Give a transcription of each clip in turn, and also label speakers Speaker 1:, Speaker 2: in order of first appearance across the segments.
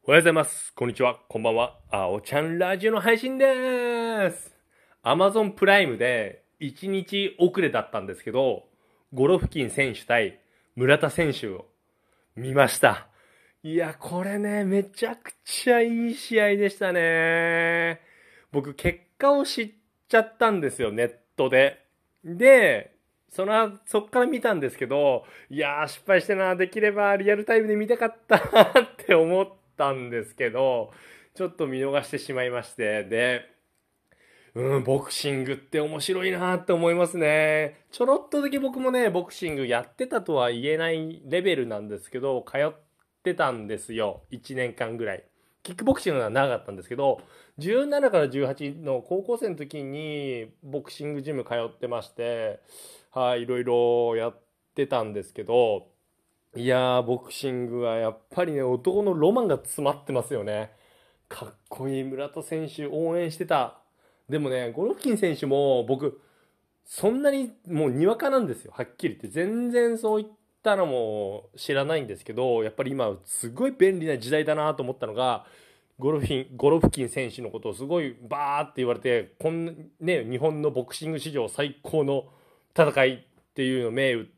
Speaker 1: おはようございます。こんにちは。こんばんは。あおちゃんラジオの配信です。Amazon プライムで1日遅れだったんですけど、ゴロフキン選手対村田選手を見ました。いや、これね、めちゃくちゃいい試合でしたね。僕、結果を知っちゃったんですよ、ネットで。で、そっから見たんですけど、いやー、失敗してな、できればリアルタイムで見たかったって思ったんですけど、ちょっと見逃してしまいまして、で、ボクシングって面白いなって思いますね。ちょろっとだけ僕もね、ボクシングやってたとは言えないレベルなんですけど、通ってたんですよ。1年間ぐらい。キックボクシングは長かったんですけど、17から18の高校生の時にボクシングジム通ってまして、はい、いろいろやってたんですけど、いやー、ボクシングはやっぱりね、男のロマンが詰まってますよね。かっこいい村田選手応援してた。でもね、ゴロフキン選手も僕、そんなにもうにわかなんですよ。はっきり言って。全然そういったのも知らないんですけど、やっぱり今すごい便利な時代だなと思ったのが、ゴロフキン選手のことをすごいバーって言われて、ね、日本のボクシング史上最高の戦いっていうのを銘打って、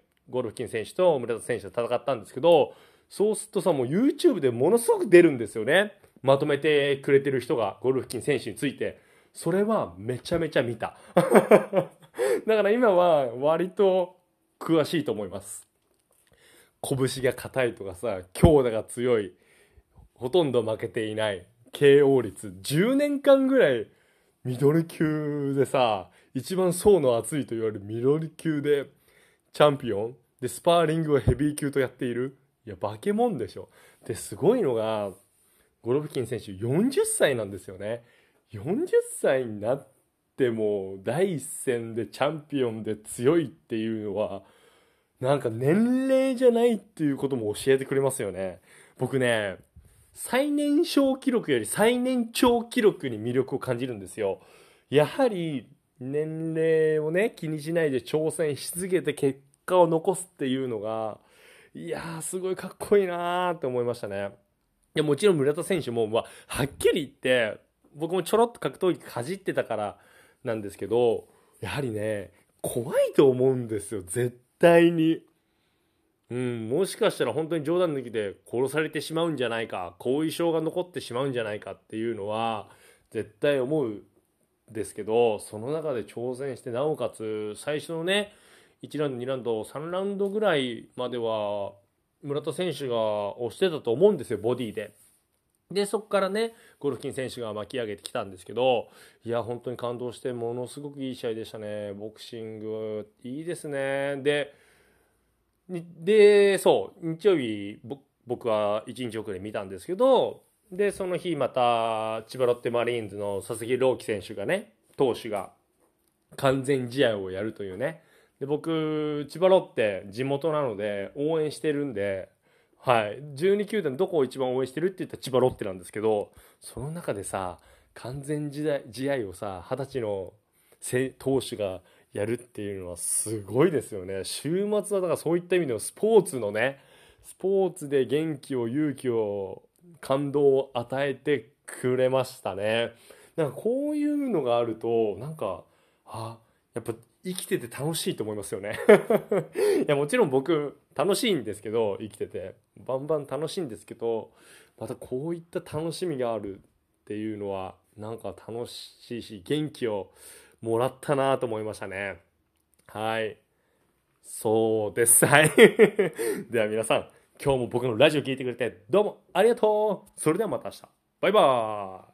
Speaker 1: ゴロフキン選手と村田選手と戦ったんですけど、そうするとさ、もう YouTube でものすごく出るんですよね。まとめてくれてる人がゴルフキン選手について。それはめちゃめちゃ見た。だから今は割と詳しいと思います。拳が硬いとかさ、強打が強い、ほとんど負けていない、KO 率10年間ぐらいミドル級でさ、一番層の厚いと言われるミドル級でチャンピオンで、スパーリングはヘビー級とやっている。いや、化け物でしょ。で、すごいのが、ゴロフキン選手40歳なんですよね。40歳になっても第一線でチャンピオンで強いっていうのは、なんか年齢じゃないっていうことも教えてくれますよね。僕ね、最年少記録より最年長記録に魅力を感じるんですよ。やはり年齢をね、気にしないで挑戦し続けて結果を残すっていうのが、いやー、すごいかっこいいなーって思いましたね。いや、もちろん村田選手も、はっきり言って、僕もちょろっと格闘技かじってたからなんですけど、やはりね、怖いと思うんですよ、絶対に。もしかしたら本当に冗談抜きで殺されてしまうんじゃないか、後遺症が残ってしまうんじゃないかっていうのは、絶対思うんですけど、その中で挑戦して、なおかつ、最初のね、1ラウンド、2ラウンド、3ラウンドぐらいまでは、村田選手が押してたと思うんですよ、ボディで。で、そこからね、ゴルフキン選手が巻き上げてきたんですけど、いや、本当に感動して、ものすごくいい試合でしたね。ボクシング、いいですね。そう、日曜日、僕は1日遅れ見たんですけど、で、その日また、千葉ロッテマリーンズの佐々木朗希選手がね、投手が完全試合をやるというね。で、僕、千葉ロッテ地元なので応援してるんで、はい。12球団どこを一番応援してるって言ったら千葉ロッテなんですけど、その中でさ、完全試合をさ、20歳の投手がやるっていうのはすごいですよね。週末はだからそういった意味でもスポーツのね、スポーツで元気を勇気を感動を与えてくれましたね。なんかこういうのがあると、なんか、やっぱ生きてて楽しいと思いますよね。いや、もちろん僕楽しいんですけど、生きててバンバン楽しいんですけど、またこういった楽しみがあるっていうのはなんか楽しいし、元気をもらったなと思いましたね。はい、そうです。はい。では皆さん、今日も僕のラジオ聞いてくれてどうもありがとう。それではまた明日。バイバーイ。